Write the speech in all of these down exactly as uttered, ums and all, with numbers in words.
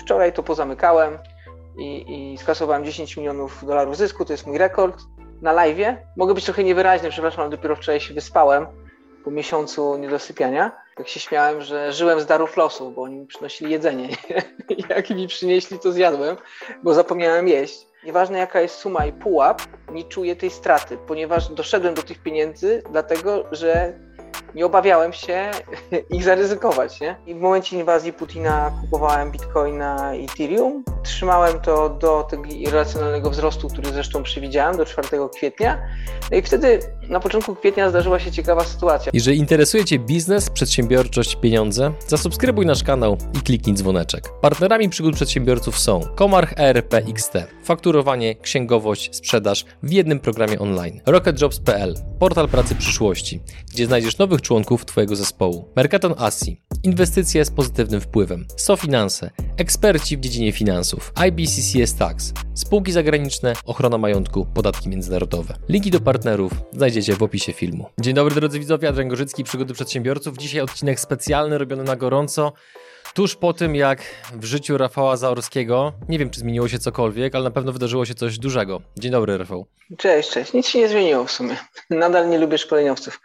wczoraj to pozamykałem i, i skasowałem dziesięć milionów dolarów zysku, to jest mój rekord na live'ie. Mogę być trochę niewyraźny, przepraszam, ale dopiero wczoraj się wyspałem po miesiącu niedosypiania. Tak się śmiałem, że żyłem z darów losu, bo oni mi przynosili jedzenie. I jak mi przynieśli, to zjadłem, bo zapomniałem jeść. Nieważne jaka jest suma i pułap, nie czuję tej straty, ponieważ doszedłem do tych pieniędzy dlatego, że nie obawiałem się ich zaryzykować, nie? I w momencie inwazji Putina kupowałem Bitcoina i Ethereum. Trzymałem to do tego irracjonalnego wzrostu, który zresztą przewidziałem, do czwartego kwietnia. No i wtedy na początku kwietnia zdarzyła się ciekawa sytuacja. Jeżeli interesuje Cię biznes, przedsiębiorczość, pieniądze, zasubskrybuj nasz kanał i kliknij dzwoneczek. Partnerami przygód przedsiębiorców są Comarch E R P X T, fakturowanie, księgowość, sprzedaż w jednym programie online. rocket jobs kropka p l, portal pracy przyszłości, gdzie znajdziesz nowych członków Twojego zespołu. Mercaton Assi, inwestycje z pozytywnym wpływem. SoFinanse, eksperci w dziedzinie finansów. I B C C S Tax, spółki zagraniczne, ochrona majątku, podatki międzynarodowe. Linki do partnerów znajdziecie w opisie filmu. Dzień dobry drodzy widzowie, Adrian Gorzycki, Przygody Przedsiębiorców. Dzisiaj odcinek specjalny robiony na gorąco. Tuż po tym, jak w życiu Rafała Zaorskiego, nie wiem czy zmieniło się cokolwiek, ale na pewno wydarzyło się coś dużego. Dzień dobry, Rafał. Cześć, cześć. Nic się nie zmieniło w sumie. Nadal nie lubię szkoleniowców.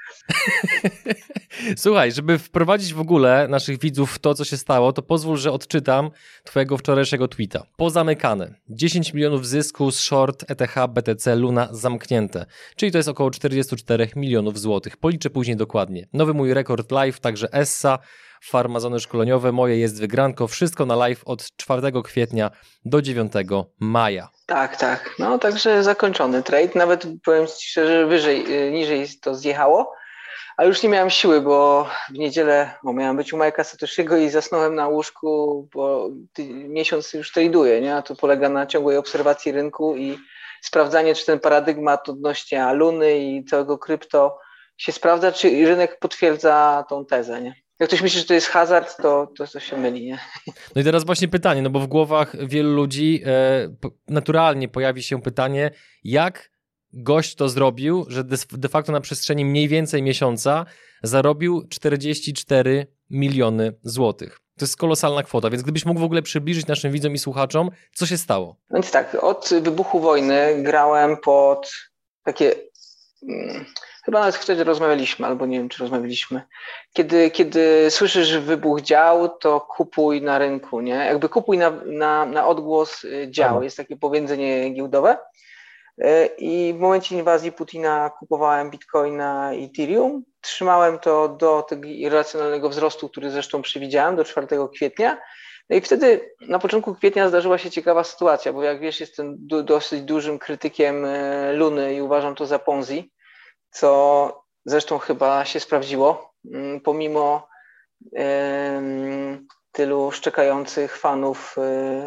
Słuchaj, żeby wprowadzić w ogóle naszych widzów w to, co się stało, to pozwól, że odczytam twojego wczorajszego tweeta. Pozamykane. dziesięć milionów zysku z short E T H B T C Luna zamknięte. Czyli to jest około czterdzieści cztery milionów złotych. Policzę później dokładnie. Nowy mój rekord live, także Essa, farmazony szkoleniowe, moje jest wygranko. Wszystko na live od czwartego kwietnia do dziewiątego maja. Tak, tak. No także zakończony trade. Nawet powiem Ci szczerze, wyżej, niżej to zjechało. Ale już nie miałem siły, bo w niedzielę bo miałem być u Majka Satoshiego i zasnąłem na łóżku, bo miesiąc już traduję, nie? A to polega na ciągłej obserwacji rynku i sprawdzanie, czy ten paradygmat odnośnie Luny i całego krypto się sprawdza, czy rynek potwierdza tą tezę, nie? Jak ktoś myśli, że to jest hazard, to, to, to się myli, nie? No i teraz właśnie pytanie, no bo w głowach wielu ludzi e, naturalnie pojawi się pytanie, jak gość to zrobił, że de facto na przestrzeni mniej więcej miesiąca zarobił czterdzieści cztery miliony złotych. To jest kolosalna kwota, więc gdybyś mógł w ogóle przybliżyć naszym widzom i słuchaczom, co się stało? No więc tak, od wybuchu wojny grałem pod takie... Hmm, chyba nawet wtedy rozmawialiśmy, albo nie wiem, czy rozmawialiśmy. Kiedy, kiedy słyszysz wybuch dział, to kupuj na rynku, nie? Jakby kupuj na, na, na odgłos dział. Jest takie powiedzenie giełdowe. I w momencie inwazji Putina kupowałem Bitcoina i Ethereum. Trzymałem to do tego irracjonalnego wzrostu, który zresztą przewidziałem, do czwartego kwietnia. No i wtedy na początku kwietnia zdarzyła się ciekawa sytuacja, bo jak wiesz, jestem du- dosyć dużym krytykiem Luny i uważam to za Ponzi, co zresztą chyba się sprawdziło, pomimo um, tylu szczekających fanów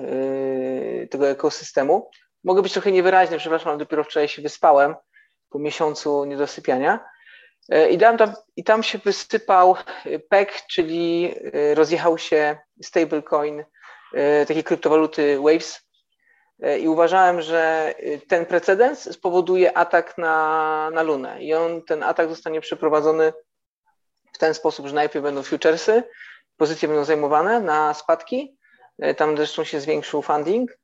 um, tego ekosystemu. Mogę być trochę niewyraźny, przepraszam, ale dopiero wczoraj się wyspałem po miesiącu niedosypiania. I tam, tam, i tam się wysypał P E G, czyli rozjechał się stablecoin takiej kryptowaluty Waves. I uważałem, że ten precedens spowoduje atak na, na Lunę. I on, ten atak zostanie przeprowadzony w ten sposób, że najpierw będą futuresy, pozycje będą zajmowane na spadki. Tam zresztą się zwiększył funding.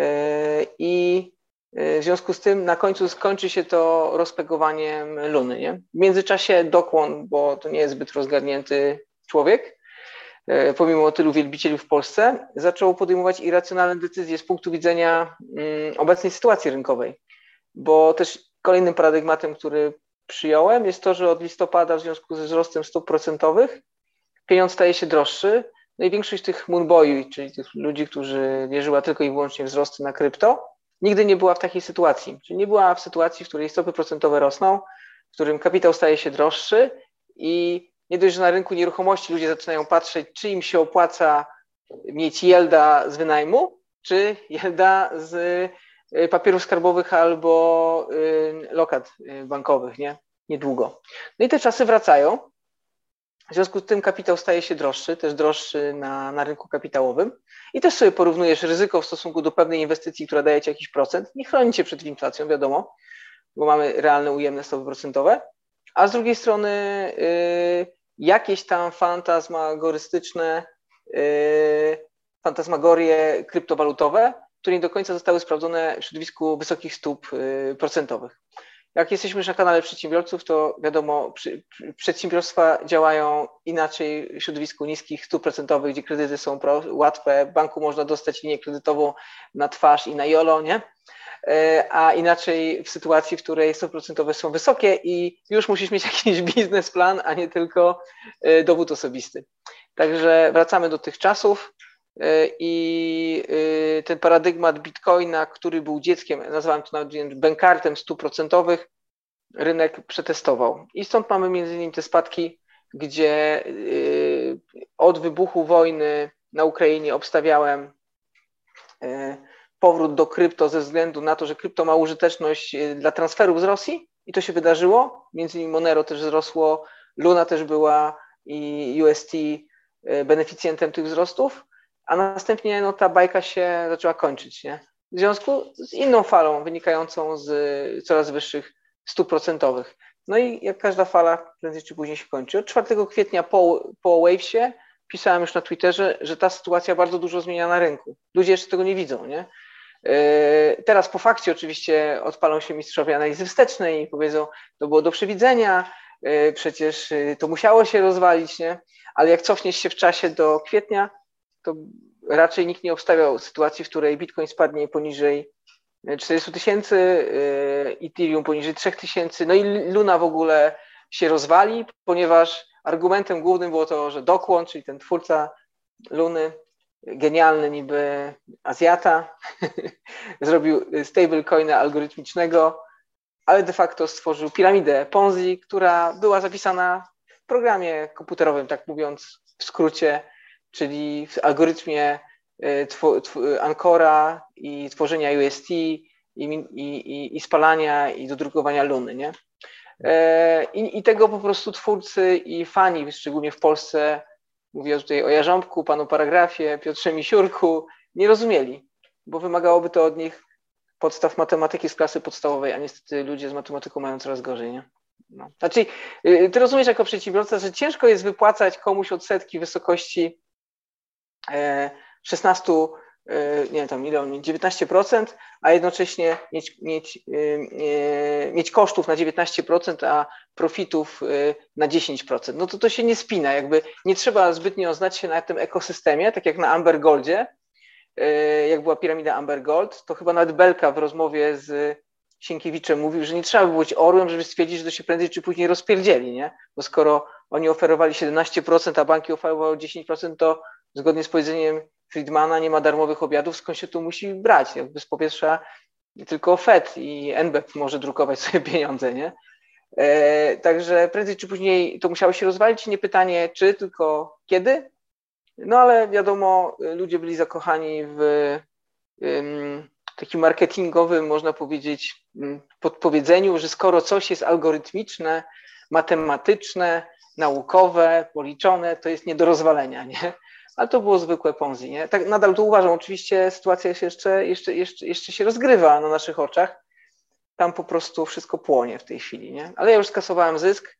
I w związku z tym na końcu skończy się to rozpegowaniem Luny, nie? W międzyczasie Dokłon, bo to nie jest zbyt rozgarnięty człowiek, pomimo tylu wielbicieli w Polsce, zaczął podejmować irracjonalne decyzje z punktu widzenia obecnej sytuacji rynkowej. Bo też kolejnym paradygmatem, który przyjąłem, jest to, że od listopada w związku ze wzrostem stóp procentowych pieniądz staje się droższy. No i większość tych moonboy, czyli tych ludzi, którzy wierzyła tylko i wyłącznie w wzrosty na krypto, nigdy nie była w takiej sytuacji. Czyli nie była w sytuacji, w której stopy procentowe rosną, w którym kapitał staje się droższy i nie dość, że na rynku nieruchomości ludzie zaczynają patrzeć, czy im się opłaca mieć yielda z wynajmu, czy yielda z papierów skarbowych albo lokat bankowych, nie? Niedługo. No i te czasy wracają. W związku z tym kapitał staje się droższy, też droższy na, na rynku kapitałowym i też sobie porównujesz ryzyko w stosunku do pewnej inwestycji, która daje ci jakiś procent, nie chroni cię przed inflacją, wiadomo, bo mamy realne ujemne stopy procentowe, a z drugiej strony yy, jakieś tam fantazmagorystyczne yy, fantasmagorie kryptowalutowe, które nie do końca zostały sprawdzone w środowisku wysokich stóp procentowych. Jak jesteśmy już na kanale przedsiębiorców, to wiadomo, przy, przedsiębiorstwa działają inaczej w środowisku niskich stóp procentowych, gdzie kredyty są pro, łatwe, w banku można dostać linię kredytową na twarz i na jolo, nie? A inaczej w sytuacji, w której stopy procentowe są wysokie i już musisz mieć jakiś biznesplan, a nie tylko dowód osobisty. Także wracamy do tych czasów i ten paradygmat Bitcoina, który był dzieckiem, nazwałem to nawet bękartem stóp procentowych, rynek przetestował. I stąd mamy między innymi te spadki, gdzie od wybuchu wojny na Ukrainie obstawiałem powrót do krypto ze względu na to, że krypto ma użyteczność dla transferów z Rosji i to się wydarzyło. Między innymi Monero też wzrosło, Luna też była i U S T beneficjentem tych wzrostów, a następnie no, ta bajka się zaczęła kończyć, nie? W związku z inną falą wynikającą z coraz wyższych stóp procentowych. No i jak każda fala prędzej czy później się kończy. Od czwartego kwietnia po, po Wavesie pisałem już na Twitterze, że ta sytuacja bardzo dużo zmienia na rynku. Ludzie jeszcze tego nie widzą, nie? Teraz po fakcie oczywiście odpalą się mistrzowie analizy wstecznej i powiedzą, to było do przewidzenia, przecież to musiało się rozwalić, nie? Ale jak cofniesz się w czasie do kwietnia, to raczej nikt nie obstawiał sytuacji, w której Bitcoin spadnie poniżej czterdzieści tysięcy, Ethereum poniżej trzy tysiące, no i Luna w ogóle się rozwali, ponieważ argumentem głównym było to, że Do Kwon, czyli ten twórca Luny, genialny niby Azjata, zrobił stablecoina algorytmicznego, ale de facto stworzył piramidę Ponzi, która była zapisana w programie komputerowym, tak mówiąc w skrócie, czyli w algorytmie Ancora i tworzenia U S T i, i, i spalania i dodrukowania Luny, nie? I, I tego po prostu twórcy i fani, szczególnie w Polsce, mówię tutaj o Jarząbku, panu Paragrafie, Piotrze Misiurku, nie rozumieli, bo wymagałoby to od nich podstaw matematyki z klasy podstawowej, a niestety ludzie z matematyką mają coraz gorzej, nie? No. Znaczy, ty rozumiesz jako przedsiębiorca, że ciężko jest wypłacać komuś odsetki w wysokości szesnaście, nie wiem tam ile on mieć, dziewiętnaście procent, a jednocześnie mieć, mieć, mieć kosztów na dziewiętnaście procent, a profitów na dziesięć procent. No to to się nie spina, jakby nie trzeba zbytnio znać się na tym ekosystemie, tak jak na Amber Goldzie, jak była piramida Amber Gold, to chyba nawet Belka w rozmowie z Sienkiewiczem mówił, że nie trzeba by być orłem, żeby stwierdzić, że to się prędzej czy później rozpierdzieli, nie? Bo skoro oni oferowali siedemnaście procent, a banki oferowały dziesięć procent, to zgodnie z powiedzeniem Friedmana nie ma darmowych obiadów, skąd się tu musi brać? Jakby z powietrza tylko Fed i N B P może drukować sobie pieniądze, nie? E, także prędzej czy później to musiało się rozwalić. Nie pytanie czy, tylko kiedy. No ale wiadomo, ludzie byli zakochani w um, takim marketingowym, można powiedzieć, podpowiedzeniu, że skoro coś jest algorytmiczne, matematyczne, naukowe, policzone, to jest nie do rozwalenia, nie? Ale to było zwykłe Ponzi, nie? Tak nadal to uważam. Oczywiście sytuacja się jeszcze, jeszcze, jeszcze, jeszcze się rozgrywa na naszych oczach. Tam po prostu wszystko płonie w tej chwili, nie? Ale ja już skasowałem zysk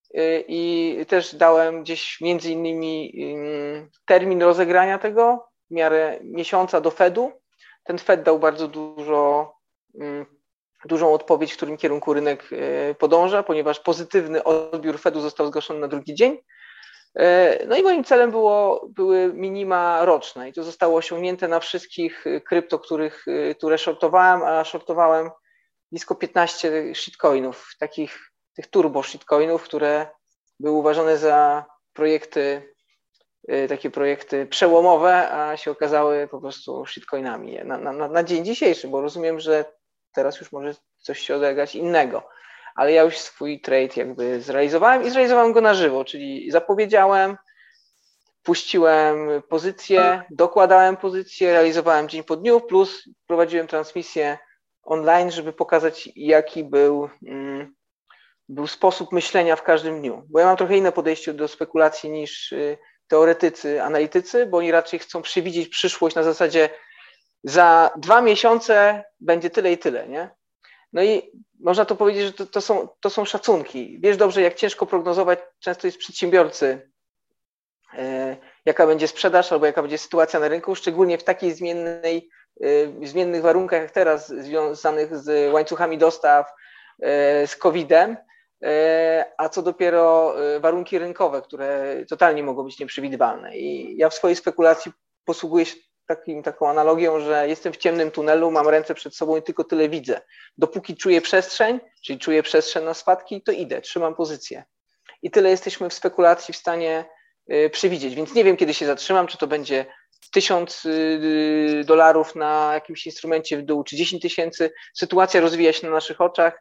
i też dałem gdzieś między innymi termin rozegrania tego w miarę miesiąca do Fedu. Ten Fed dał bardzo dużo, dużą odpowiedź, w którym kierunku rynek podąża, ponieważ pozytywny odbiór Fedu został zgłoszony na drugi dzień. No i moim celem było, były minima roczne i to zostało osiągnięte na wszystkich krypto, których, które shortowałem, a shortowałem blisko piętnaście shitcoinów, takich tych turbo shitcoinów, które były uważane za projekty, takie projekty przełomowe, a się okazały po prostu shitcoinami na, na, na dzień dzisiejszy, bo rozumiem, że teraz już może coś się odegrać innego. Ale ja już swój trade jakby zrealizowałem i zrealizowałem go na żywo, czyli zapowiedziałem, puściłem pozycję, dokładałem pozycję, realizowałem dzień po dniu, plus prowadziłem transmisję online, żeby pokazać, jaki był, mm, był sposób myślenia w każdym dniu. Bo ja mam trochę inne podejście do spekulacji niż teoretycy, analitycy, bo oni raczej chcą przewidzieć przyszłość na zasadzie za dwa miesiące będzie tyle i tyle, nie? No i można to powiedzieć, że to, to, są, to są szacunki. Wiesz dobrze, jak ciężko prognozować często jest przedsiębiorcy, jaka będzie sprzedaż albo jaka będzie sytuacja na rynku, szczególnie w takiej zmiennej, w zmiennych warunkach jak teraz, związanych z łańcuchami dostaw, z kowidem, a co dopiero warunki rynkowe, które totalnie mogą być nieprzewidywalne. I ja w swojej spekulacji posługuję się takim, taką analogią, że jestem w ciemnym tunelu, mam ręce przed sobą i tylko tyle widzę. Dopóki czuję przestrzeń, czyli czuję przestrzeń na spadki, to idę, trzymam pozycję. I tyle jesteśmy w spekulacji w stanie przewidzieć, więc nie wiem, kiedy się zatrzymam, czy to będzie tysiąc dolarów na jakimś instrumencie w dół, czy dziesięć tysięcy. Sytuacja rozwija się na naszych oczach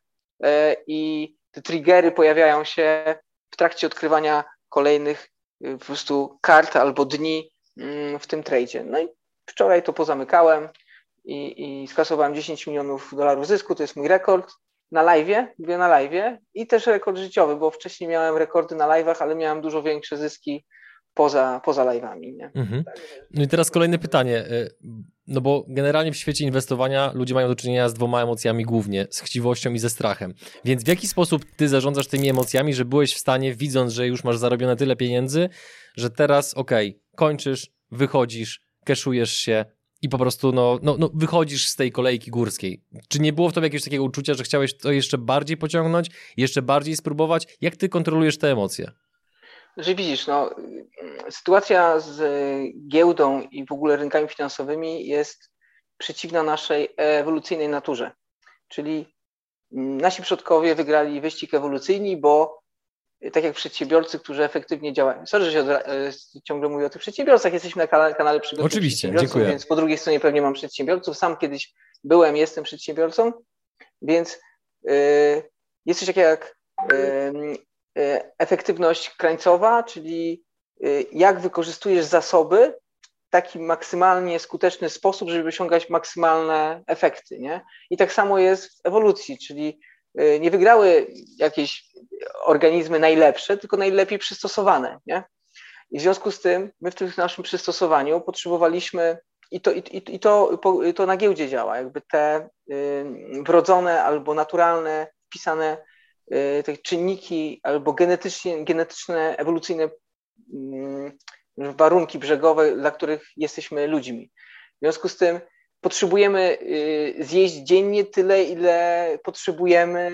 i te triggery pojawiają się w trakcie odkrywania kolejnych po prostu kart albo dni w tym tradzie. No i wczoraj to pozamykałem i, i skasowałem dziesięć milionów dolarów zysku, to jest mój rekord na live'ie, mówię na live'ie i też rekord życiowy, bo wcześniej miałem rekordy na live'ach, ale miałem dużo większe zyski poza, poza live'ami. Nie? Mhm. No i teraz kolejne pytanie, no bo generalnie w świecie inwestowania ludzie mają do czynienia z dwoma emocjami głównie, z chciwością i ze strachem. Więc w jaki sposób ty zarządzasz tymi emocjami, że byłeś w stanie, widząc, że już masz zarobione tyle pieniędzy, że teraz okej, okay, kończysz, wychodzisz, keszujesz się i po prostu no, no, no wychodzisz z tej kolejki górskiej. Czy nie było w tobie jakiegoś takiego uczucia, że chciałeś to jeszcze bardziej pociągnąć, jeszcze bardziej spróbować? Jak ty kontrolujesz te emocje? Że widzisz, no, sytuacja z giełdą i w ogóle rynkami finansowymi jest przeciwna naszej ewolucyjnej naturze. Czyli nasi przodkowie wygrali wyścig ewolucyjny, bo tak jak przedsiębiorcy, którzy efektywnie działają. Sorry, że się odra- ciągle mówię o tych przedsiębiorcach. Jesteśmy na kanale, kanale Przygotuj Oczywiście, Przedsiębiorców, dziękuję. Więc po drugiej stronie pewnie mam przedsiębiorców. Sam kiedyś byłem, jestem przedsiębiorcą, więc yy, jest coś takiego jak yy, efektywność krańcowa, czyli jak wykorzystujesz zasoby w taki maksymalnie skuteczny sposób, żeby osiągać maksymalne efekty. Nie? I tak samo jest w ewolucji, czyli nie wygrały jakieś organizmy najlepsze, tylko najlepiej przystosowane. Nie? I w związku z tym my w tym naszym przystosowaniu potrzebowaliśmy, i to, i, i to, i to na giełdzie działa, jakby te wrodzone albo naturalne, wpisane te czynniki albo genetycznie, genetyczne, ewolucyjne warunki brzegowe, dla których jesteśmy ludźmi. W związku z tym potrzebujemy zjeść dziennie tyle, ile potrzebujemy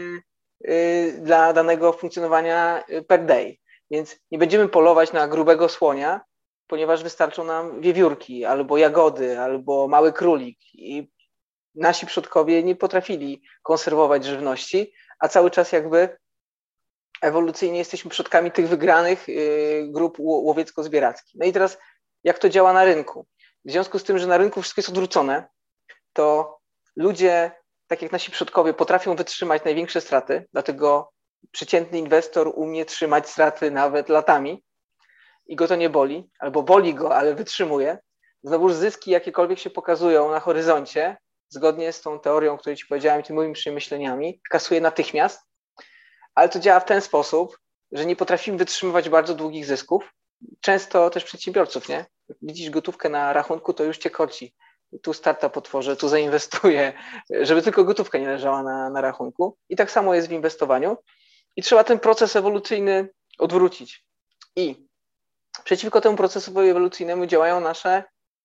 dla danego funkcjonowania per day. Więc nie będziemy polować na grubego słonia, ponieważ wystarczą nam wiewiórki, albo jagody, albo mały królik. I nasi przodkowie nie potrafili konserwować żywności, a cały czas jakby ewolucyjnie jesteśmy przodkami tych wygranych grup łowiecko-zbierackich. No i teraz jak to działa na rynku? W związku z tym, że na rynku wszystko jest odwrócone, to ludzie, tak jak nasi przodkowie, potrafią wytrzymać największe straty, dlatego przeciętny inwestor umie trzymać straty nawet latami i go to nie boli, albo boli go, ale wytrzymuje. Znowuż zyski jakiekolwiek się pokazują na horyzoncie, zgodnie z tą teorią, o której ci powiedziałem, tymi moimi przemyśleniami, kasuje natychmiast, ale to działa w ten sposób, że nie potrafimy wytrzymywać bardzo długich zysków. Często też przedsiębiorców, nie? Widzisz gotówkę na rachunku, to już cię korci. Tu startup otworzę, tu zainwestuję, żeby tylko gotówka nie leżała na, na rachunku. I tak samo jest w inwestowaniu. I trzeba ten proces ewolucyjny odwrócić. I przeciwko temu procesowi ewolucyjnemu działają nasze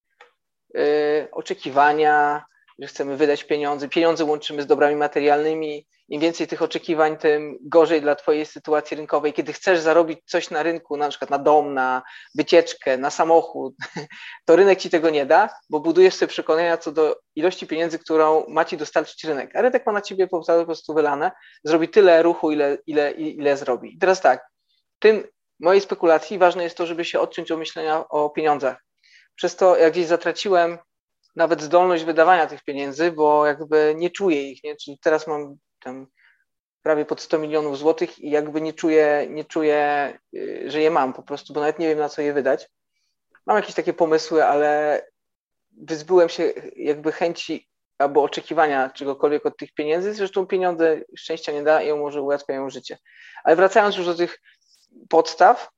yy, oczekiwania, że chcemy wydać pieniądze. Pieniądze łączymy z dobrami materialnymi. Im więcej tych oczekiwań, tym gorzej dla twojej sytuacji rynkowej. Kiedy chcesz zarobić coś na rynku, na przykład na dom, na wycieczkę, na samochód, to rynek ci tego nie da, bo budujesz sobie przekonania co do ilości pieniędzy, którą ma ci dostarczyć rynek. A rynek ma na ciebie po prostu wylane, zrobi tyle ruchu, ile, ile, ile zrobi. I teraz tak, w tym mojej spekulacji ważne jest to, żeby się odciąć od myślenia o pieniądzach. Przez to jak gdzieś zatraciłem nawet zdolność wydawania tych pieniędzy, bo jakby nie czuję ich, nie? Czyli teraz mam tam prawie pod sto milionów złotych i jakby nie czuję, nie czuję, że je mam po prostu, bo nawet nie wiem, na co je wydać. Mam jakieś takie pomysły, ale wyzbyłem się jakby chęci albo oczekiwania czegokolwiek od tych pieniędzy. Zresztą pieniądze szczęścia nie da i może ułatwiają życie. Ale wracając już do tych podstaw,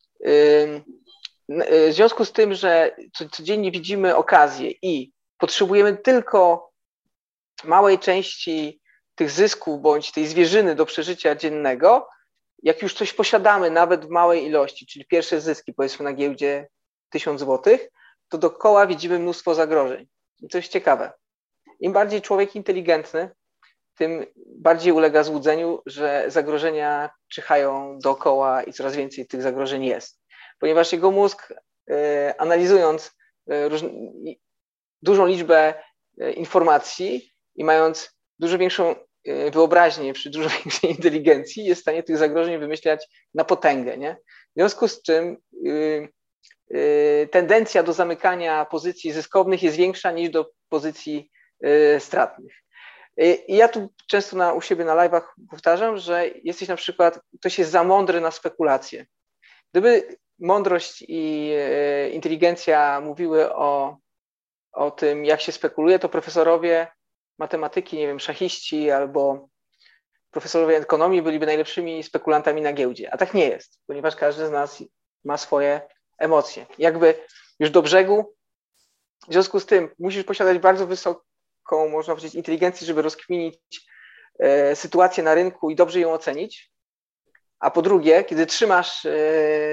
w związku z tym, że codziennie widzimy okazję i potrzebujemy tylko małej części tych zysków bądź tej zwierzyny do przeżycia dziennego, jak już coś posiadamy, nawet w małej ilości, czyli pierwsze zyski, powiedzmy na giełdzie, tysiąc złotych, to dookoła widzimy mnóstwo zagrożeń. I to jest ciekawe. Im bardziej człowiek inteligentny, tym bardziej ulega złudzeniu, że zagrożenia czyhają dookoła i coraz więcej tych zagrożeń jest. Ponieważ jego mózg, e, analizując e, róż, dużą liczbę e, informacji i mając dużo większą e, wyobraźnię przy dużo większej inteligencji, jest w stanie tych zagrożeń wymyślać na potęgę. Nie? W związku z czym y, y, tendencja do zamykania pozycji zyskownych jest większa niż do pozycji y, stratnych. I ja tu często na, u siebie na live'ach powtarzam, że jesteś na przykład, ktoś jest za mądry na spekulacje. Gdyby mądrość i e, inteligencja mówiły o, o tym, jak się spekuluje, to profesorowie matematyki, nie wiem, szachiści albo profesorowie ekonomii byliby najlepszymi spekulantami na giełdzie. A tak nie jest, ponieważ każdy z nas ma swoje emocje. Jakby już do brzegu, w związku z tym musisz posiadać bardzo wysoką, można powiedzieć, inteligencję, żeby rozkminić e, sytuację na rynku i dobrze ją ocenić. A po drugie, kiedy trzymasz e,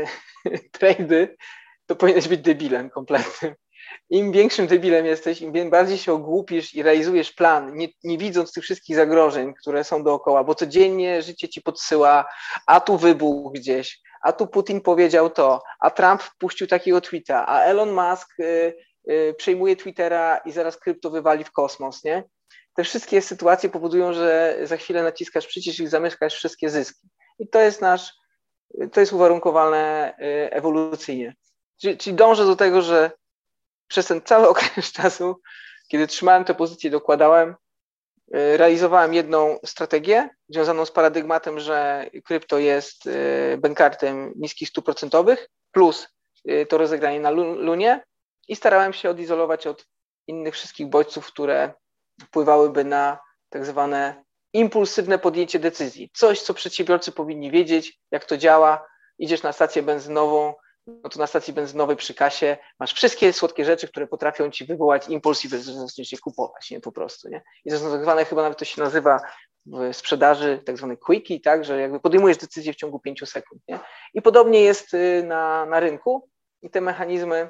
trady, to powinieneś być debilem kompletnym. Im większym debilem jesteś, im bardziej się ogłupisz i realizujesz plan, nie, nie widząc tych wszystkich zagrożeń, które są dookoła, bo codziennie życie ci podsyła, a tu wybuch gdzieś, a tu Putin powiedział to, a Trump wpuścił takiego tweeta, a Elon Musk y, y, przejmuje Twittera i zaraz krypto wywali w kosmos, nie? Te wszystkie sytuacje powodują, że za chwilę naciskasz przycisk i zamykasz wszystkie zyski. I to jest nasz, to jest uwarunkowane y, ewolucyjnie. Czyli, czyli dążę do tego, że przez ten cały okres czasu, kiedy trzymałem tę pozycję, dokładałem, realizowałem jedną strategię związaną z paradygmatem, że krypto jest bankartem niskich stóp procentowych, plus to rozegranie na lunie i starałem się odizolować od innych wszystkich bodźców, które wpływałyby na tak zwane impulsywne podjęcie decyzji. Coś, co przedsiębiorcy powinni wiedzieć, jak to działa. Idziesz na stację benzynową, no to na stacji benzynowej przy kasie masz wszystkie słodkie rzeczy, które potrafią ci wywołać impuls i zaczniesz je kupować, nie, po prostu, nie? I to są tak zwane, chyba nawet to się nazywa w sprzedaży tak zwane quickie, tak, że jakby podejmujesz decyzję w ciągu pięciu sekund, nie? I podobnie jest na, na rynku i te mechanizmy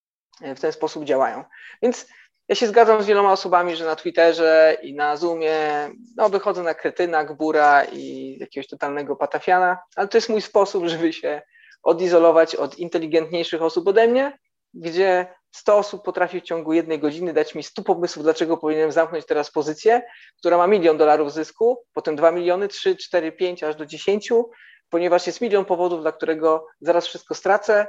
w ten sposób działają. Więc ja się zgadzam z wieloma osobami, że na Twitterze i na Zoomie no, wychodzę na kretyna, gbura i jakiegoś totalnego patafiana, ale to jest mój sposób, żeby się odizolować od inteligentniejszych osób ode mnie, gdzie sto osób potrafi w ciągu jednej godziny dać mi stu pomysłów, dlaczego powinienem zamknąć teraz pozycję, która ma milion dolarów zysku, potem dwa miliony, trzy, cztery, pięć, aż do dziesięciu, ponieważ jest milion powodów, dla którego zaraz wszystko stracę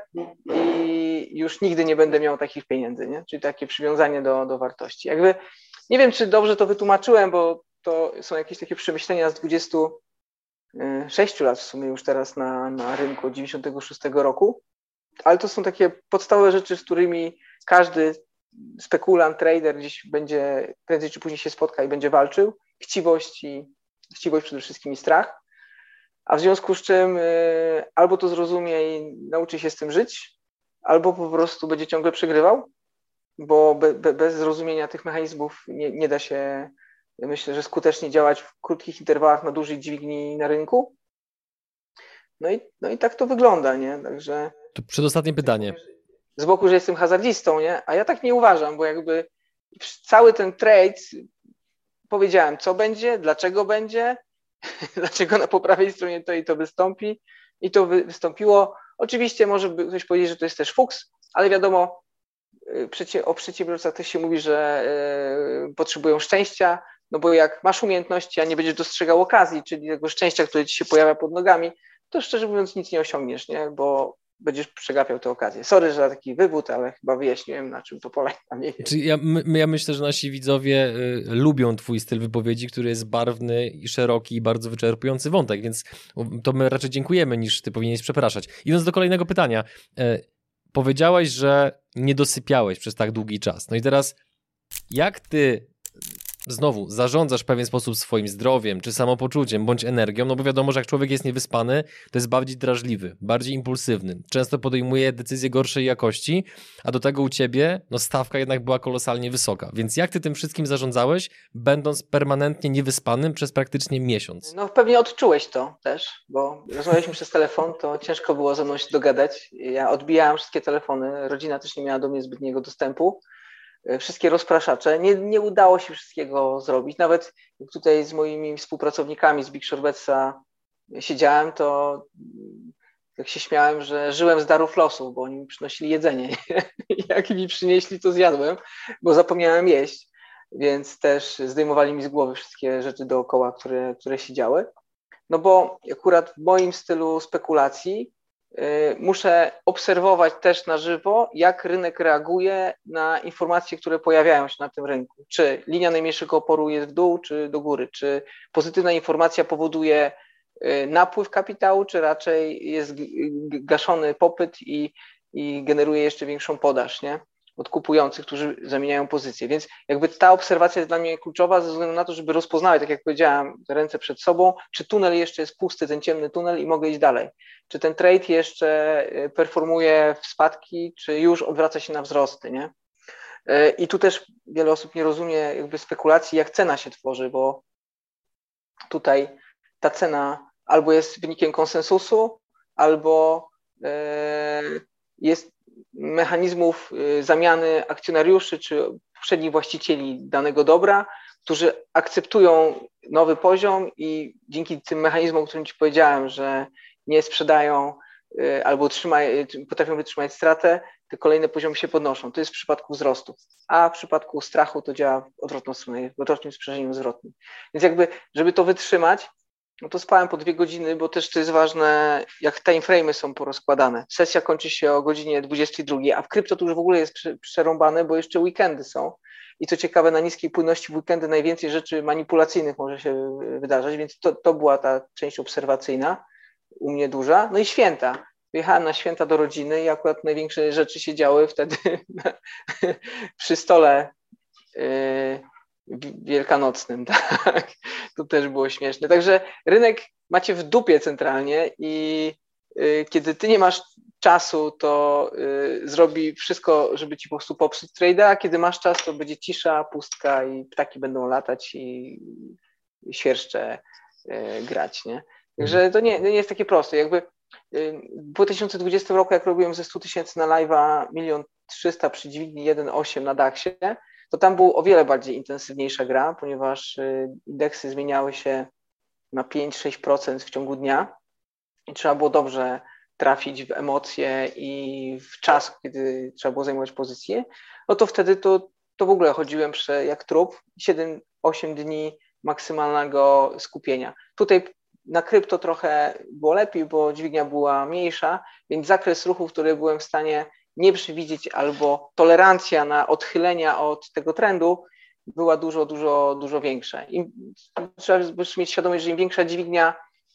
i już nigdy nie będę miał takich pieniędzy, nie? Czyli takie przywiązanie do, do wartości. Jakby nie wiem, czy dobrze to wytłumaczyłem, bo to są jakieś takie przemyślenia z dwudziestu sześciu lat w sumie już teraz na, na rynku od dziewięćdziesiątego szóstego roku, ale to są takie podstawowe rzeczy, z którymi każdy spekulant, trader gdzieś będzie, prędzej czy później się spotka i będzie walczył. Chciwość i chciwość przede wszystkim i strach, a w związku z czym y, albo to zrozumie i nauczy się z tym żyć, albo po prostu będzie ciągle przegrywał, bo be, be, bez zrozumienia tych mechanizmów nie, nie da się, myślę, że skutecznie działać w krótkich interwałach na dużej dźwigni na rynku. No i, no i tak to wygląda, nie? Także... To przedostatnie pytanie. Z boku, że jestem hazardzistą, nie? A ja tak nie uważam, bo jakby cały ten trade powiedziałem, co będzie, dlaczego będzie, dlaczego na po prawej stronie to i to wystąpi i to wy, wystąpiło. Oczywiście może by ktoś powiedzieć, że to jest też fuks, ale wiadomo, o przedsiębiorcach też się mówi, że y, potrzebują szczęścia, no bo jak masz umiejętności, a nie będziesz dostrzegał okazji, czyli tego szczęścia, które ci się pojawia pod nogami, to szczerze mówiąc nic nie osiągniesz, nie? Bo będziesz przegapiał tę okazję. Sorry, że za taki wywód, ale chyba wyjaśniłem, na czym to polega. Czyli ja, my, ja myślę, że nasi widzowie y, lubią twój styl wypowiedzi, który jest barwny i szeroki i bardzo wyczerpujący wątek, więc to my raczej dziękujemy, niż ty powinieneś przepraszać. Idąc do kolejnego pytania. Y, powiedziałeś, że nie dosypiałeś przez tak długi czas. No i teraz jak ty znowu zarządzasz w pewien sposób swoim zdrowiem, czy samopoczuciem, bądź energią, no bo wiadomo, że jak człowiek jest niewyspany, to jest bardziej drażliwy, bardziej impulsywny, często podejmuje decyzje gorszej jakości, a do tego u ciebie, no stawka jednak była kolosalnie wysoka. Więc jak ty tym wszystkim zarządzałeś, będąc permanentnie niewyspanym przez praktycznie miesiąc? No pewnie odczułeś to też, bo rozmawialiśmy przez telefon, to ciężko było ze mną się dogadać. Ja odbijałem wszystkie telefony, rodzina też nie miała do mnie zbytniego dostępu. Wszystkie rozpraszacze. Nie, nie udało się wszystkiego zrobić. Nawet jak tutaj z moimi współpracownikami z Big Shorebetsa siedziałem, to tak się śmiałem, że żyłem z darów losu, bo oni mi przynosili jedzenie. Jak mi przynieśli, to zjadłem, bo zapomniałem jeść. Więc też zdejmowali mi z głowy wszystkie rzeczy dookoła, które, które się działy. No bo akurat w moim stylu spekulacji muszę obserwować też na żywo, jak rynek reaguje na informacje, które pojawiają się na tym rynku. Czy linia najmniejszego oporu jest w dół, czy do góry? Czy pozytywna informacja powoduje napływ kapitału, czy raczej jest gaszony popyt i, i generuje jeszcze większą podaż, nie? Od kupujących, którzy zamieniają pozycje. Więc jakby ta obserwacja jest dla mnie kluczowa ze względu na to, żeby rozpoznawać, tak jak powiedziałem, ręce przed sobą, czy tunel jeszcze jest pusty, ten ciemny tunel i mogę iść dalej. Czy ten trade jeszcze performuje w spadki, czy już odwraca się na wzrosty, nie? I tu też wiele osób nie rozumie jakby spekulacji, jak cena się tworzy, bo tutaj ta cena albo jest wynikiem konsensusu, albo jest mechanizmów zamiany akcjonariuszy czy poprzednich właścicieli danego dobra, którzy akceptują nowy poziom i dzięki tym mechanizmom, o którym Ci powiedziałem, że nie sprzedają albo trzymaj, potrafią wytrzymać stratę, te kolejne poziomy się podnoszą. To jest w przypadku wzrostu, a w przypadku strachu to działa w odwrotną stronę, w odwrotnym sprzężeniu zwrotnym. Więc jakby, żeby to wytrzymać, no to spałem po dwie godziny, bo też to jest ważne, jak timeframe'y są porozkładane. Sesja kończy się o godzinie dwudziestej drugiej, a w krypto to już w ogóle jest przerąbane, bo jeszcze weekendy są. I co ciekawe, na niskiej płynności w weekendy najwięcej rzeczy manipulacyjnych może się wydarzać, więc to, to była ta część obserwacyjna, u mnie duża. No i święta. Wyjechałem na święta do rodziny i akurat największe rzeczy się działy wtedy przy stole yy, wielkanocnym, tak? To też było śmieszne. Także rynek macie w dupie centralnie i y, kiedy ty nie masz czasu, to y, zrobi wszystko, żeby ci po prostu popsuć trade'a, a kiedy masz czas, to będzie cisza, pustka i ptaki będą latać i, i świerszcze y, grać, nie? Także to nie, nie jest takie proste. Jakby y, w dwa tysiące dwudziestym roku, jak robiłem ze stu tysięcy na live'a, milion trzysta przy dźwigni jeden przecinek osiem na daksie, to tam był o wiele bardziej intensywniejsza gra, ponieważ indeksy zmieniały się na pięć do sześciu procent w ciągu dnia i trzeba było dobrze trafić w emocje i w czas, kiedy trzeba było zajmować pozycję, no to wtedy to, to w ogóle chodziłem prze, jak trup, siedem do ośmiu dni maksymalnego skupienia. Tutaj na krypto trochę było lepiej, bo dźwignia była mniejsza, więc zakres ruchów, który byłem w stanie nie przewidzieć, albo tolerancja na odchylenia od tego trendu była dużo, dużo, dużo większa. Im, trzeba mieć świadomość, że im większa dźwignia,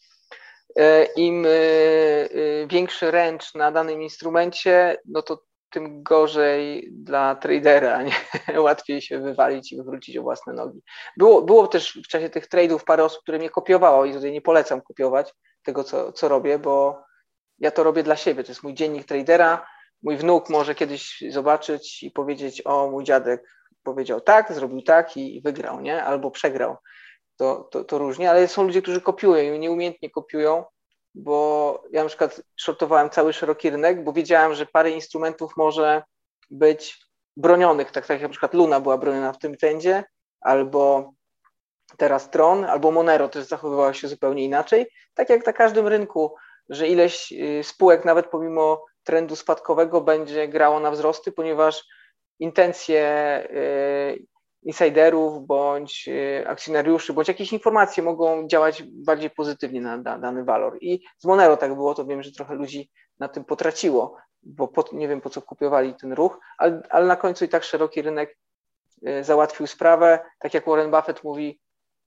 im większy range na danym instrumencie, no to tym gorzej dla tradera, nie? Łatwiej się wywalić i wywrócić o własne nogi. Było, było też w czasie tych trade'ów parę osób, które mnie kopiowało i tutaj nie polecam kopiować tego, co, co robię, bo ja to robię dla siebie. To jest mój dziennik tradera. Mój wnuk może kiedyś zobaczyć i powiedzieć: o, mój dziadek powiedział tak, zrobił tak i wygrał, nie? Albo przegrał. To, to, to różnie, ale są ludzie, którzy kopiują i nieumiejętnie kopiują, bo ja na przykład shortowałem cały szeroki rynek, bo wiedziałem, że parę instrumentów może być bronionych, tak, tak jak na przykład Luna była broniona w tym trendzie, albo teraz Tron, albo Monero też zachowywała się zupełnie inaczej, tak jak na każdym rynku, że ileś spółek nawet pomimo trendu spadkowego będzie grało na wzrosty, ponieważ intencje insiderów bądź akcjonariuszy, bądź jakieś informacje mogą działać bardziej pozytywnie na dany walor. I z Monero tak było, to wiem, że trochę ludzi na tym potraciło, bo po, nie wiem, po co kupiowali ten ruch, ale, ale na końcu i tak szeroki rynek załatwił sprawę. Tak jak Warren Buffett mówi,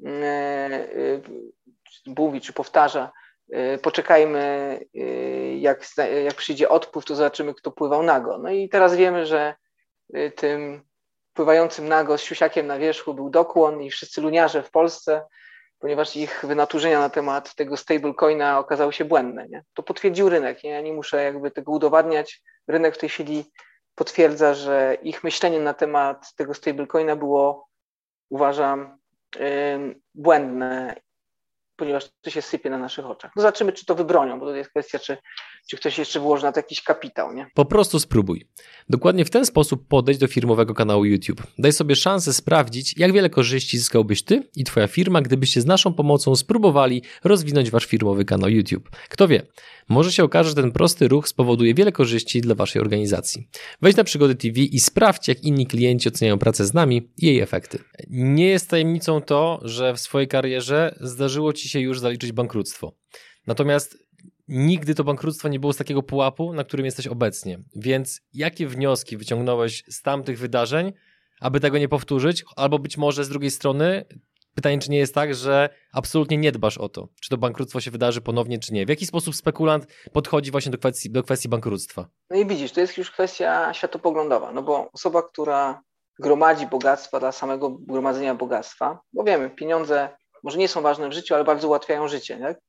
mówi czy powtarza, poczekajmy, jak, jak przyjdzie odpływ, to zobaczymy, kto pływał nago. No i teraz wiemy, że tym pływającym nago z siusiakiem na wierzchu był Dokłon i wszyscy luniarze w Polsce, ponieważ ich wynaturzenia na temat tego stablecoina okazały się błędne. Nie? To potwierdził rynek. Nie? Ja nie muszę jakby tego udowadniać. Rynek w tej chwili potwierdza, że ich myślenie na temat tego stablecoina było, uważam, yy, błędne, ponieważ to się sypie na naszych oczach. No zobaczymy, czy to wybronią, bo to jest kwestia, czy, czy ktoś jeszcze włoży na to jakiś kapitał, nie? Po prostu spróbuj. Dokładnie w ten sposób podejdź do firmowego kanału YouTube. Daj sobie szansę sprawdzić, jak wiele korzyści zyskałbyś ty i twoja firma, gdybyście z naszą pomocą spróbowali rozwinąć wasz firmowy kanał YouTube. Kto wie, może się okaże, że ten prosty ruch spowoduje wiele korzyści dla waszej organizacji. Wejdź na Przygody T V i sprawdź, jak inni klienci oceniają pracę z nami i jej efekty. Nie jest tajemnicą to, że w swojej karierze zdarzyło ci się już zaliczyć bankructwo. Natomiast nigdy to bankructwo nie było z takiego pułapu, na którym jesteś obecnie. Więc jakie wnioski wyciągnąłeś z tamtych wydarzeń, aby tego nie powtórzyć? Albo być może z drugiej strony pytanie, czy nie jest tak, że absolutnie nie dbasz o to, czy to bankructwo się wydarzy ponownie, czy nie. W jaki sposób spekulant podchodzi właśnie do kwestii, do kwestii bankructwa? No i widzisz, to jest już kwestia światopoglądowa, no bo osoba, która gromadzi bogactwa dla samego gromadzenia bogactwa, bo wiemy, pieniądze może nie są ważne w życiu, ale bardzo ułatwiają życie, tak?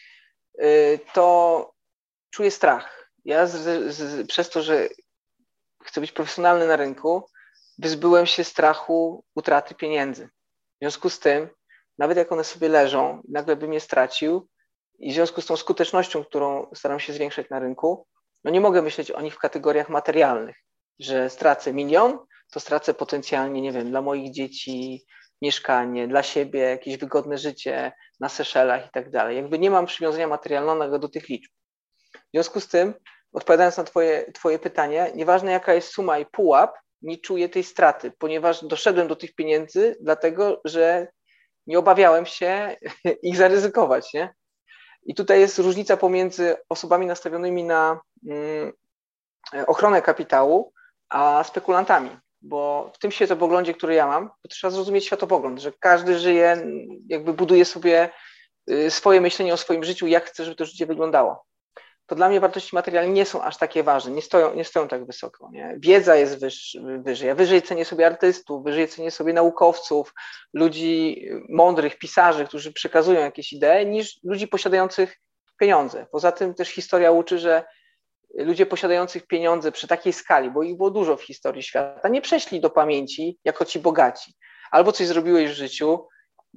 To czuję strach. Ja z, z, przez to, że chcę być profesjonalny na rynku, wyzbyłem się strachu utraty pieniędzy. W związku z tym, nawet jak one sobie leżą, nagle bym je stracił i w związku z tą skutecznością, którą staram się zwiększać na rynku, no nie mogę myśleć o nich w kategoriach materialnych, że stracę milion, to stracę potencjalnie, nie wiem, dla moich dzieci mieszkanie, dla siebie jakieś wygodne życie na Seszelach i tak dalej. Jakby nie mam przywiązania materialnego do tych liczb. W związku z tym, odpowiadając na twoje, twoje pytanie, nieważne jaka jest suma i pułap, nie czuję tej straty, ponieważ doszedłem do tych pieniędzy, dlatego że nie obawiałem się ich zaryzykować. Nie? I tutaj jest różnica pomiędzy osobami nastawionymi na mm, ochronę kapitału, a spekulantami. Bo w tym światopoglądzie, który ja mam, to trzeba zrozumieć światopogląd, że każdy żyje, jakby buduje sobie swoje myślenie o swoim życiu, jak chce, żeby to życie wyglądało. To dla mnie wartości materialne nie są aż takie ważne, nie stoją, nie stoją tak wysoko. Nie? Wiedza jest wyż, wyżej. Ja wyżej cenię sobie artystów, wyżej cenię sobie naukowców, ludzi mądrych, pisarzy, którzy przekazują jakieś idee, niż ludzi posiadających pieniądze. Poza tym też historia uczy, że ludzie posiadających pieniądze przy takiej skali, bo ich było dużo w historii świata, nie przeszli do pamięci jako ci bogaci. Albo coś zrobiłeś w życiu,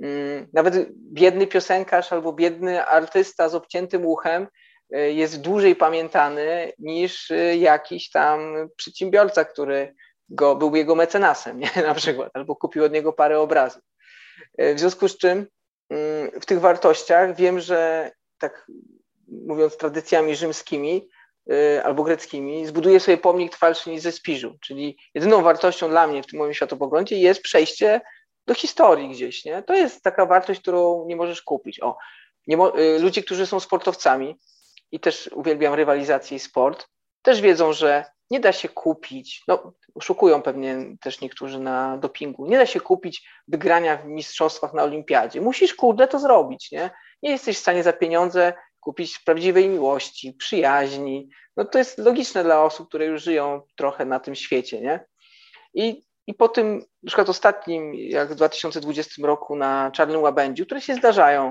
nawet biedny piosenkarz albo biedny artysta z obciętym uchem jest dłużej pamiętany niż jakiś tam przedsiębiorca, który go, był jego mecenasem, nie? Na przykład, albo kupił od niego parę obrazów. W związku z czym w tych wartościach wiem, że tak mówiąc tradycjami rzymskimi, albo greckimi, zbuduję sobie pomnik trwalszy niż ze Spiżu, czyli jedyną wartością dla mnie w tym moim światopoglądzie jest przejście do historii gdzieś, nie? To jest taka wartość, którą nie możesz kupić. O, nie mo- ludzie, którzy są sportowcami i też uwielbiam rywalizację i sport, też wiedzą, że nie da się kupić, no oszukują pewnie też niektórzy na dopingu, nie da się kupić wygrania w mistrzostwach na olimpiadzie. Musisz, kurde, to zrobić, nie? Nie jesteś w stanie za pieniądze kupić prawdziwej miłości, przyjaźni. No to jest logiczne dla osób, które już żyją trochę na tym świecie, nie? I, i po tym, na przykład ostatnim, jak w dwa tysiące dwudziestym roku na Czarnym Łabędziu, które się zdarzają,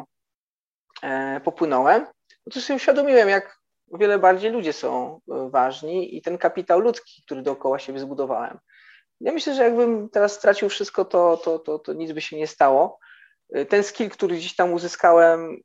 e, popłynąłem, no to sobie uświadomiłem, jak o wiele bardziej ludzie są ważni i ten kapitał ludzki, który dookoła siebie zbudowałem. Ja myślę, że jakbym teraz stracił wszystko, to, to, to, to nic by się nie stało. Ten skill, który gdzieś tam uzyskałem,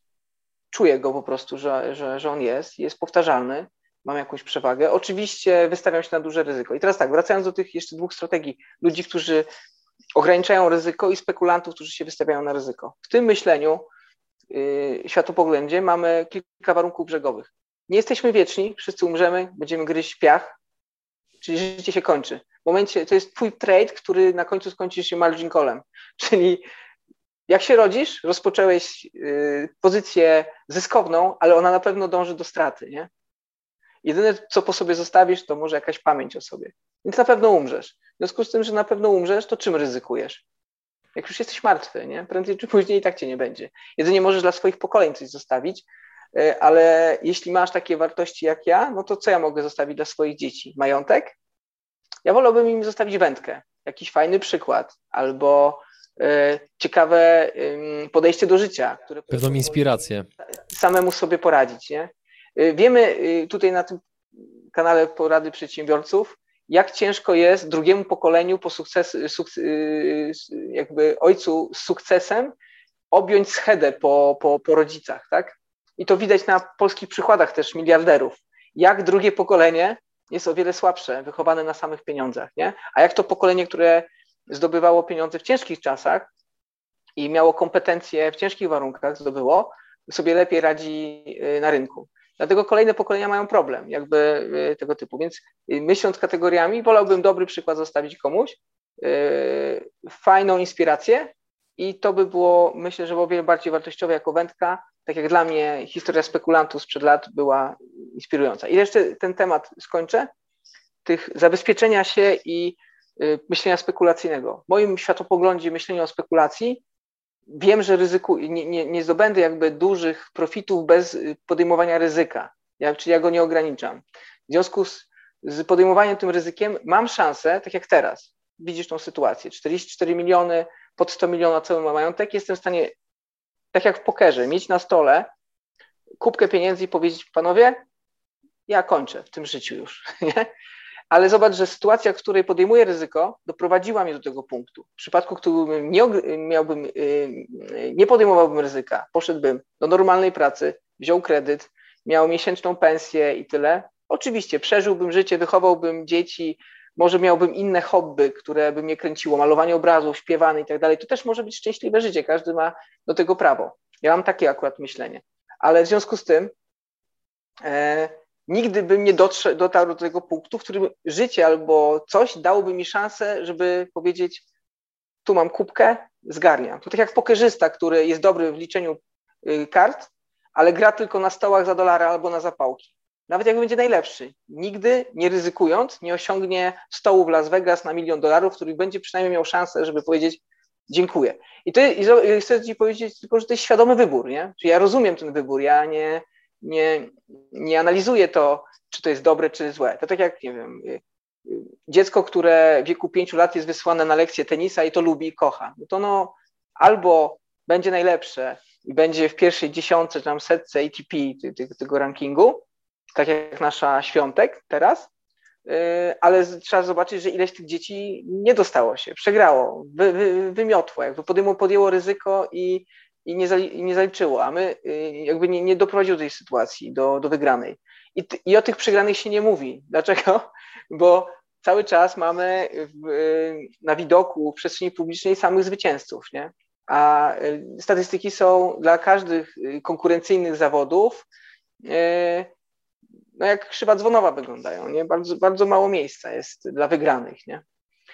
czuję go po prostu, że, że, że on jest, jest powtarzalny, mam jakąś przewagę. Oczywiście wystawiam się na duże ryzyko. I teraz tak, wracając do tych jeszcze dwóch strategii, ludzi, którzy ograniczają ryzyko i spekulantów, którzy się wystawiają na ryzyko. W tym myśleniu, yy, światopoglądzie mamy kilka warunków brzegowych. Nie jesteśmy wieczni, wszyscy umrzemy, będziemy gryźć piach, czyli życie się kończy. W momencie, to jest twój trade, który na końcu skończy się margin callem, czyli jak się rodzisz, rozpocząłeś y, pozycję zyskowną, ale ona na pewno dąży do straty, nie? Jedyne, co po sobie zostawisz, to może jakaś pamięć o sobie. Więc na pewno umrzesz. W związku z tym, że na pewno umrzesz, to czym ryzykujesz? Jak już jesteś martwy, nie? Prędzej czy później i tak cię nie będzie. Jedynie możesz dla swoich pokoleń coś zostawić, y, ale jeśli masz takie wartości jak ja, no to co ja mogę zostawić dla swoich dzieci? Majątek? Ja wolałbym im zostawić wędkę. jakiś fajny przykład albo y, ciekawe y, podejście do życia, które pewną inspirację. Samemu sobie poradzić, nie? Y, wiemy y, tutaj na tym kanale Porady Przedsiębiorców, jak ciężko jest drugiemu pokoleniu po sukces, suk, y, jakby ojcu z sukcesem objąć schedę po, po, po rodzicach, tak? I to widać na polskich przykładach też miliarderów. Jak drugie pokolenie jest o wiele słabsze, wychowane na samych pieniądzach, nie? A jak to pokolenie, które zdobywało pieniądze w ciężkich czasach i miało kompetencje w ciężkich warunkach, zdobyło, sobie lepiej radzi na rynku. Dlatego kolejne pokolenia mają problem jakby tego typu. Więc myśląc kategoriami, wolałbym dobry przykład zostawić komuś, fajną inspirację i to by było, myślę, że o wiele bardziej wartościowe jako wędka. Tak jak dla mnie historia spekulantów sprzed lat była inspirująca. I jeszcze ten temat skończę, tych zabezpieczenia się i myślenia spekulacyjnego. W moim światopoglądzie myślenia o spekulacji wiem, że ryzyku, nie, nie, nie zdobędę jakby dużych profitów bez podejmowania ryzyka, ja, czyli ja go nie ograniczam. W związku z, z podejmowaniem tym ryzykiem mam szansę, tak jak teraz, widzisz tą sytuację, czterdzieści cztery miliony, pod sto milionów cały majątek, jestem w stanie, tak jak w pokerze, mieć na stole kubkę pieniędzy i powiedzieć, panowie, ja kończę w tym życiu już, nie? Ale zobacz, że sytuacja, w której podejmuję ryzyko, doprowadziła mnie do tego punktu. W przypadku, w którym nie, miałbym, nie podejmowałbym ryzyka, poszedłbym do normalnej pracy, wziął kredyt, miał miesięczną pensję i tyle. Oczywiście przeżyłbym życie, wychowałbym dzieci, może miałbym inne hobby, które by mnie kręciło, malowanie obrazów, śpiewanie i tak dalej. To też może być szczęśliwe życie, każdy ma do tego prawo. Ja mam takie akurat myślenie. Ale w związku z tym e, nigdy bym nie dotrze, dotarł do tego punktu, w którym życie albo coś dałoby mi szansę, żeby powiedzieć, tu mam kubkę, zgarniam. To tak jak pokerzysta, który jest dobry w liczeniu kart, ale gra tylko na stołach za dolara albo na zapałki. Nawet jak będzie najlepszy, nigdy nie ryzykując, nie osiągnie stołu w Las Vegas na milion dolarów, w których będzie przynajmniej miał szansę, żeby powiedzieć dziękuję. I, to, i chcę ci powiedzieć tylko, że to jest świadomy wybór, nie? Czyli ja rozumiem ten wybór, ja nie... Nie, nie analizuję to, czy to jest dobre, czy złe. To tak jak, nie wiem, dziecko, które w wieku pięciu lat jest wysłane na lekcję tenisa i to lubi i kocha. No to no albo będzie najlepsze i będzie w pierwszej dziesiątce, czy tam setce A T P tego rankingu, tak jak nasza Świątek teraz, ale trzeba zobaczyć, że ileś tych dzieci nie dostało się, przegrało, wy, wy, wymiotło, jakby podjęło, podjęło ryzyko i I nie, i nie zaliczyło, a my jakby nie, nie doprowadziło do tej sytuacji, do, do wygranej. I, I o tych przegranych się nie mówi. Dlaczego? Bo cały czas mamy w, na widoku w przestrzeni publicznej samych zwycięzców, nie? A statystyki są dla każdych konkurencyjnych zawodów no jak krzywa dzwonowa wyglądają, nie? Bardzo, bardzo mało miejsca jest dla wygranych, nie?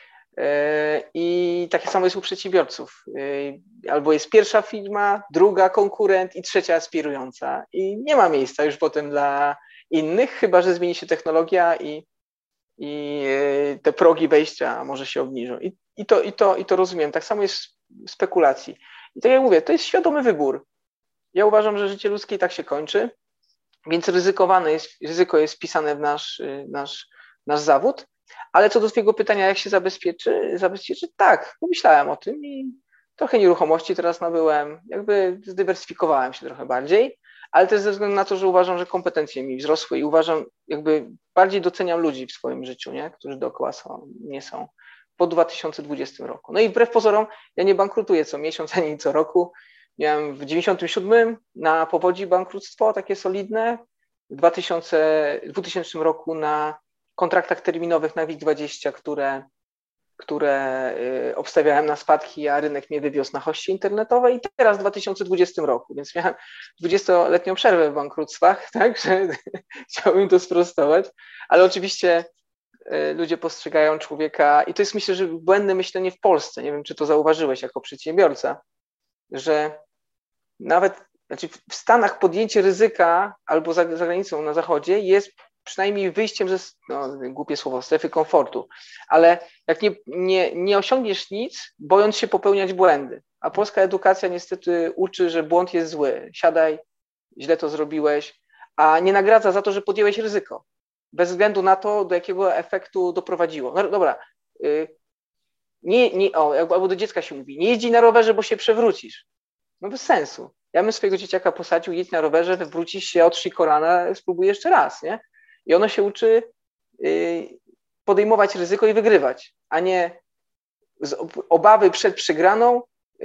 I takie samo jest u przedsiębiorców. Albo jest pierwsza firma, druga konkurent i trzecia aspirująca. I nie ma miejsca już potem dla innych, chyba że zmieni się technologia i, i te progi wejścia może się obniżą. I, i, to, i, to, I to rozumiem. Tak samo jest w spekulacji. I tak jak mówię, to jest świadomy wybór. Ja uważam, że życie ludzkie i tak się kończy, więc ryzykowane jest, ryzyko jest wpisane w nasz, nasz, nasz zawód. Ale co do twojego pytania, jak się zabezpieczy, zabezpieczy, tak, pomyślałem o tym i trochę nieruchomości teraz nabyłem, jakby zdywersyfikowałem się trochę bardziej, ale też ze względu na to, że uważam, że kompetencje mi wzrosły i uważam, jakby bardziej doceniam ludzi w swoim życiu, nie? Którzy dookoła są, nie są, po dwa tysiące dwudziestym roku. No i wbrew pozorom, ja nie bankrutuję co miesiąc ani co roku. Miałem w dziewięćdziesiątym siódmym na Powodzi bankructwo takie solidne, w dwutysięcznym roku na kontraktach terminowych na WIG dwadzieścia, które, które obstawiałem na spadki, a rynek mnie wywiózł na hoście internetowej i teraz w dwa tysiące dwudziestym roku, więc miałem dwudziestoletnią przerwę w bankructwach, tak, że chciałbym to sprostować, ale oczywiście ludzie postrzegają człowieka i to jest, myślę, że błędne myślenie w Polsce, nie wiem, czy to zauważyłeś jako przedsiębiorca, że nawet znaczy w Stanach podjęcie ryzyka albo za, za granicą na zachodzie jest przynajmniej wyjściem ze, no, głupie słowo, strefy komfortu, ale jak nie, nie, nie osiągniesz nic, bojąc się popełniać błędy, a polska edukacja niestety uczy, że błąd jest zły, siadaj, źle to zrobiłeś, a nie nagradza za to, że podjęłeś ryzyko, bez względu na to, do jakiego efektu doprowadziło. No dobra, nie, nie, o, albo do dziecka się mówi, nie jeździ na rowerze, bo się przewrócisz. No bez sensu. Ja bym swojego dzieciaka posadził, jedź na rowerze, wywrócisz się, otrzyj kolana, spróbuj jeszcze raz, nie? I ono się uczy y, podejmować ryzyko i wygrywać, a nie z obawy przed przegraną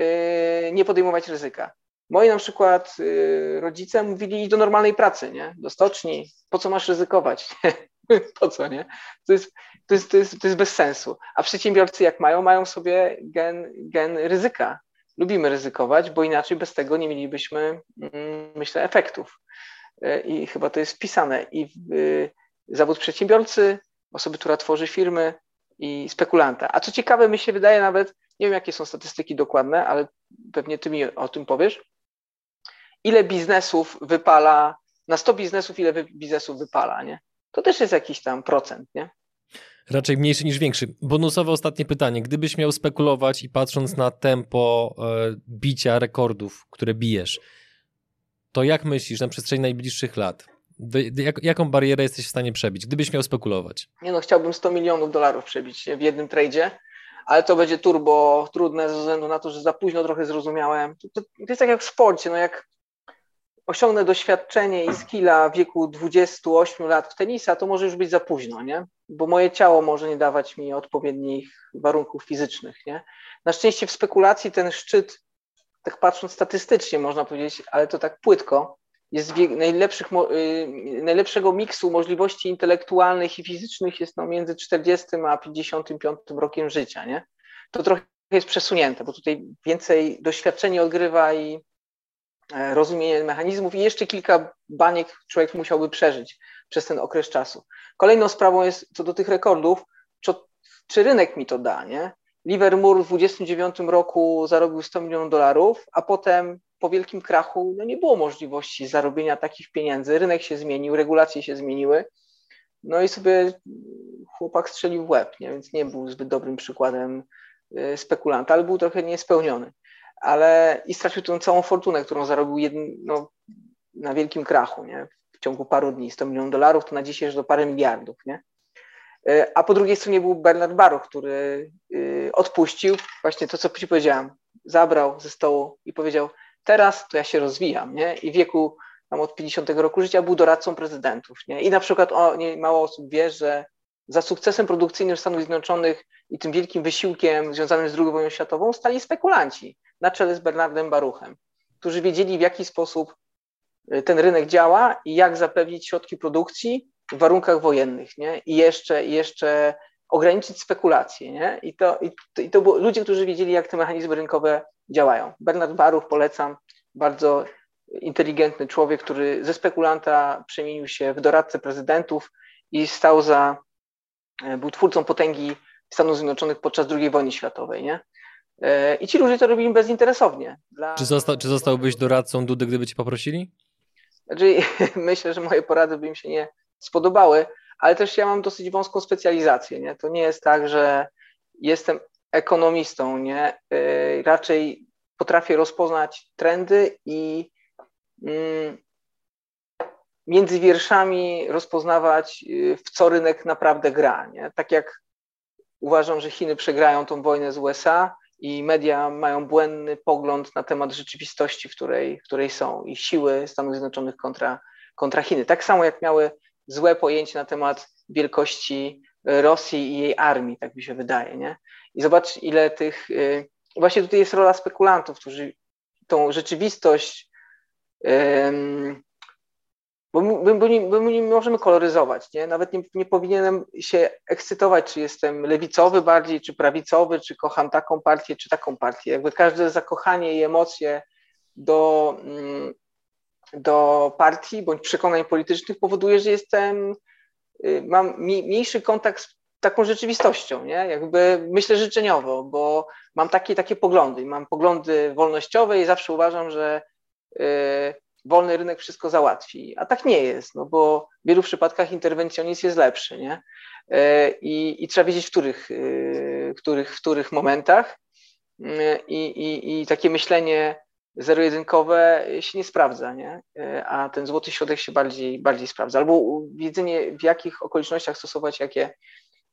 y, nie podejmować ryzyka. Moi na przykład y, rodzice mówili idź do normalnej pracy, nie? Do stoczni, po co masz ryzykować? Po co, nie? To jest, to, jest, to, jest, to jest bez sensu. A przedsiębiorcy jak mają, mają sobie gen, gen ryzyka. Lubimy ryzykować, bo inaczej bez tego nie mielibyśmy, myślę, efektów. I chyba to jest wpisane. I zawód przedsiębiorcy, osoby, która tworzy firmy i spekulanta. A co ciekawe, mi się wydaje nawet, nie wiem jakie są statystyki dokładne, ale pewnie ty mi o tym powiesz, ile biznesów wypala, na sto biznesów ile biznesów wypala, nie? To też jest jakiś tam procent, nie? Raczej mniejszy niż większy. Bonusowe ostatnie pytanie. Gdybyś miał spekulować i patrząc na tempo e, bicia rekordów, które bijesz, to jak myślisz na przestrzeni najbliższych lat? Do, do, jak, jaką barierę jesteś w stanie przebić, gdybyś miał spekulować? Nie no, chciałbym sto milionów dolarów przebić w jednym tradzie, ale to będzie turbo trudne ze względu na to, że za późno trochę zrozumiałem. To, to, to jest tak jak w sporcie, no jak osiągnę doświadczenie i skilla w wieku dwudziestu ośmiu lat w tenisa, to może już być za późno, nie? Bo moje ciało może nie dawać mi odpowiednich warunków fizycznych, nie? Na szczęście w spekulacji ten szczyt, tak patrząc statystycznie można powiedzieć, ale to tak płytko, jest wiek najlepszych, najlepszego miksu możliwości intelektualnych i fizycznych jest no między czterdziestym a pięćdziesiątym piątym rokiem życia, nie? To trochę jest przesunięte, bo tutaj więcej doświadczenie odgrywa i rozumienie mechanizmów i jeszcze kilka baniek człowiek musiałby przeżyć przez ten okres czasu. Kolejną sprawą jest co do tych rekordów, czy, czy rynek mi to da, nie? Livermore w dwudziestym dziewiątym roku zarobił sto milionów dolarów, a potem po wielkim krachu no nie było możliwości zarobienia takich pieniędzy, rynek się zmienił, regulacje się zmieniły, no i sobie chłopak strzelił w łeb, nie? Więc nie był zbyt dobrym przykładem spekulanta, ale był trochę niespełniony. Ale i stracił tę całą fortunę, którą zarobił jedno, no, na wielkim krachu, nie? W ciągu paru dni. sto milionów dolarów to na dzisiaj już do parę miliardów, nie? A po drugiej stronie był Bernard Baruch, który odpuścił właśnie to, co ci powiedziałem. Zabrał ze stołu i powiedział, teraz to ja się rozwijam, nie? I w wieku tam od pięćdziesiątego roku życia był doradcą prezydentów, nie? I na przykład o, nie, mało osób wie, że za sukcesem produkcyjnym Stanów Zjednoczonych i tym wielkim wysiłkiem związanym z drugą wojną światową stali spekulanci na czele z Bernardem Baruchem, którzy wiedzieli, w jaki sposób ten rynek działa i jak zapewnić środki produkcji w warunkach wojennych, nie? I jeszcze, i jeszcze ograniczyć spekulacje, nie? I to, i to, i to było ludzie, którzy wiedzieli, jak te mechanizmy rynkowe działają. Bernard Baruch, polecam, bardzo inteligentny człowiek, który ze spekulanta przemienił się w doradcę prezydentów i stał za, był twórcą potęgi Stanów Zjednoczonych podczas drugiej wojny światowej, nie? I ci ludzie to robili bezinteresownie. Dla... Czy, zosta czy zostałbyś doradcą Dudy, gdyby cię poprosili? Znaczy, myślę, że moje porady by im się nie spodobały, ale też ja mam dosyć wąską specjalizację, nie? To nie jest tak, że jestem ekonomistą, nie? Yy, raczej potrafię rozpoznać trendy i yy, między wierszami rozpoznawać, yy, w co rynek naprawdę gra, nie? Tak jak uważam, że Chiny przegrają tą wojnę z U S A i media mają błędny pogląd na temat rzeczywistości, w której, w której są i siły Stanów Zjednoczonych kontra, kontra Chiny. Tak samo jak miały złe pojęcie na temat wielkości Rosji i jej armii, tak mi się wydaje, nie? I zobacz, ile tych... Yy, właśnie tutaj jest rola spekulantów, którzy tą rzeczywistość... Yy, Bo my, bo, nie, bo my nie możemy koloryzować, nie? Nawet nie, nie powinienem się ekscytować, czy jestem lewicowy bardziej, czy prawicowy, czy kocham taką partię, czy taką partię. Jakby każde zakochanie i emocje do, do partii bądź przekonań politycznych powoduje, że jestem, mam mniejszy kontakt z taką rzeczywistością, nie? Jakby myślę życzeniowo, bo mam takie takie poglądy. Mam poglądy wolnościowe i zawsze uważam, że yy, wolny rynek wszystko załatwi, a tak nie jest, no bo w wielu przypadkach interwencjonizm jest lepszy, nie? I, i trzeba wiedzieć, w których, w których, w których momentach I, i, i takie myślenie zero-jedynkowe się nie sprawdza, nie? A ten złoty środek się bardziej, bardziej sprawdza, albo wiedzenie, w jakich okolicznościach stosować jakie,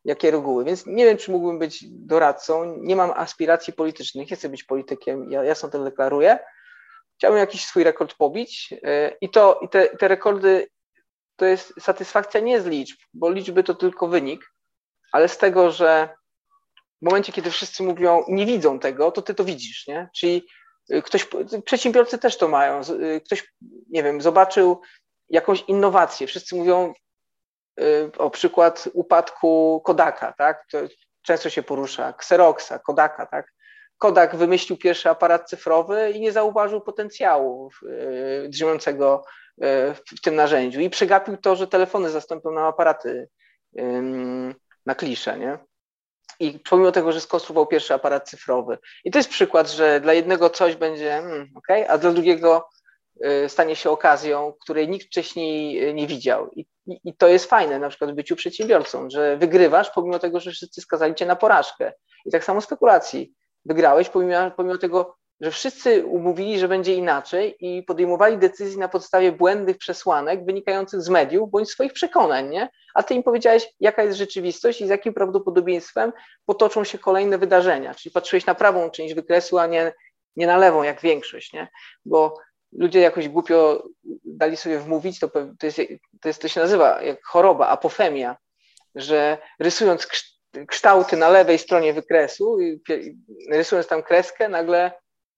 jakie reguły. Więc nie wiem, czy mógłbym być doradcą. Nie mam aspiracji politycznych, nie chcę być politykiem, ja jasno to deklaruję. Chciałbym jakiś swój rekord pobić i to i te, te rekordy to jest satysfakcja nie z liczb, bo liczby to tylko wynik, ale z tego, że w momencie, kiedy wszyscy mówią i nie widzą tego, to ty to widzisz, nie? Czyli ktoś, przedsiębiorcy też to mają, ktoś, nie wiem, zobaczył jakąś innowację, wszyscy mówią o przykład upadku Kodaka, tak? To często się porusza, Xeroxa, Kodaka, tak? Kodak wymyślił pierwszy aparat cyfrowy i nie zauważył potencjału drzemiącego w tym narzędziu i przegapił to, że telefony zastąpią nam aparaty na klisze, nie? I pomimo tego, że skonstruował pierwszy aparat cyfrowy. I to jest przykład, że dla jednego coś będzie hmm, ok, a dla drugiego stanie się okazją, której nikt wcześniej nie widział. I, i, I to jest fajne na przykład w byciu przedsiębiorcą, że wygrywasz pomimo tego, że wszyscy skazali cię na porażkę. I tak samo spekulacji. Wygrałeś pomimo, pomimo tego, że wszyscy umówili, że będzie inaczej i podejmowali decyzje na podstawie błędnych przesłanek wynikających z mediów bądź swoich przekonań, nie? A ty im powiedziałeś, jaka jest rzeczywistość i z jakim prawdopodobieństwem potoczą się kolejne wydarzenia. Czyli patrzyłeś na prawą część wykresu, a nie, nie na lewą, jak większość, nie? Bo ludzie jakoś głupio dali sobie wmówić, to, to, jest, to, jest, to się nazywa jak choroba, apofemia, że rysując kształty na lewej stronie wykresu, rysując tam kreskę, nagle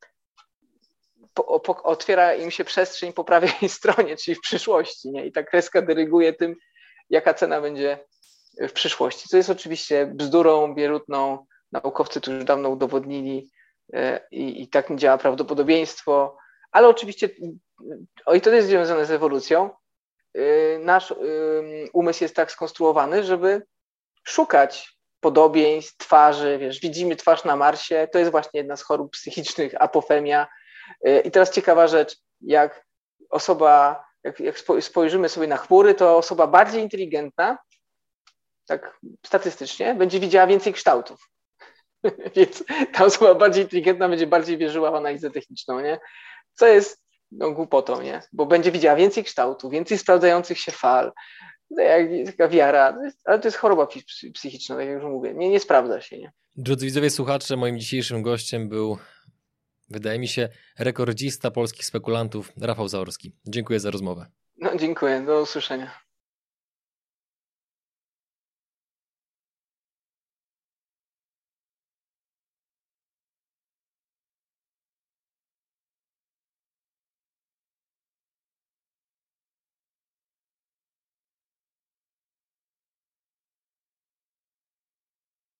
po, po, otwiera im się przestrzeń po prawej stronie, czyli w przyszłości, nie? I ta kreska dyryguje tym, jaka cena będzie w przyszłości. Co jest oczywiście bzdurą bierutną, naukowcy tu już dawno udowodnili i, i tak nie działa prawdopodobieństwo, ale oczywiście, o i to jest związane z ewolucją, nasz umysł jest tak skonstruowany, żeby szukać podobieństw, twarzy, wiesz, widzimy twarz na Marsie, to jest właśnie jedna z chorób psychicznych, apofemia. I teraz ciekawa rzecz, jak osoba, jak, jak spojrzymy sobie na chmury, to osoba bardziej inteligentna, tak statystycznie, będzie widziała więcej kształtów. Więc ta osoba bardziej inteligentna będzie bardziej wierzyła w analizę techniczną, nie? Co jest no, głupotą, nie? Bo będzie widziała więcej kształtów, więcej sprawdzających się fal, jak, taka wiara, ale to jest choroba psychiczna, tak jak już mówię, nie, nie sprawdza się, nie? Drodzy widzowie, słuchacze, moim dzisiejszym gościem był, wydaje mi się, rekordzista polskich spekulantów Rafał Zaorski. Dziękuję za rozmowę. No dziękuję, do usłyszenia.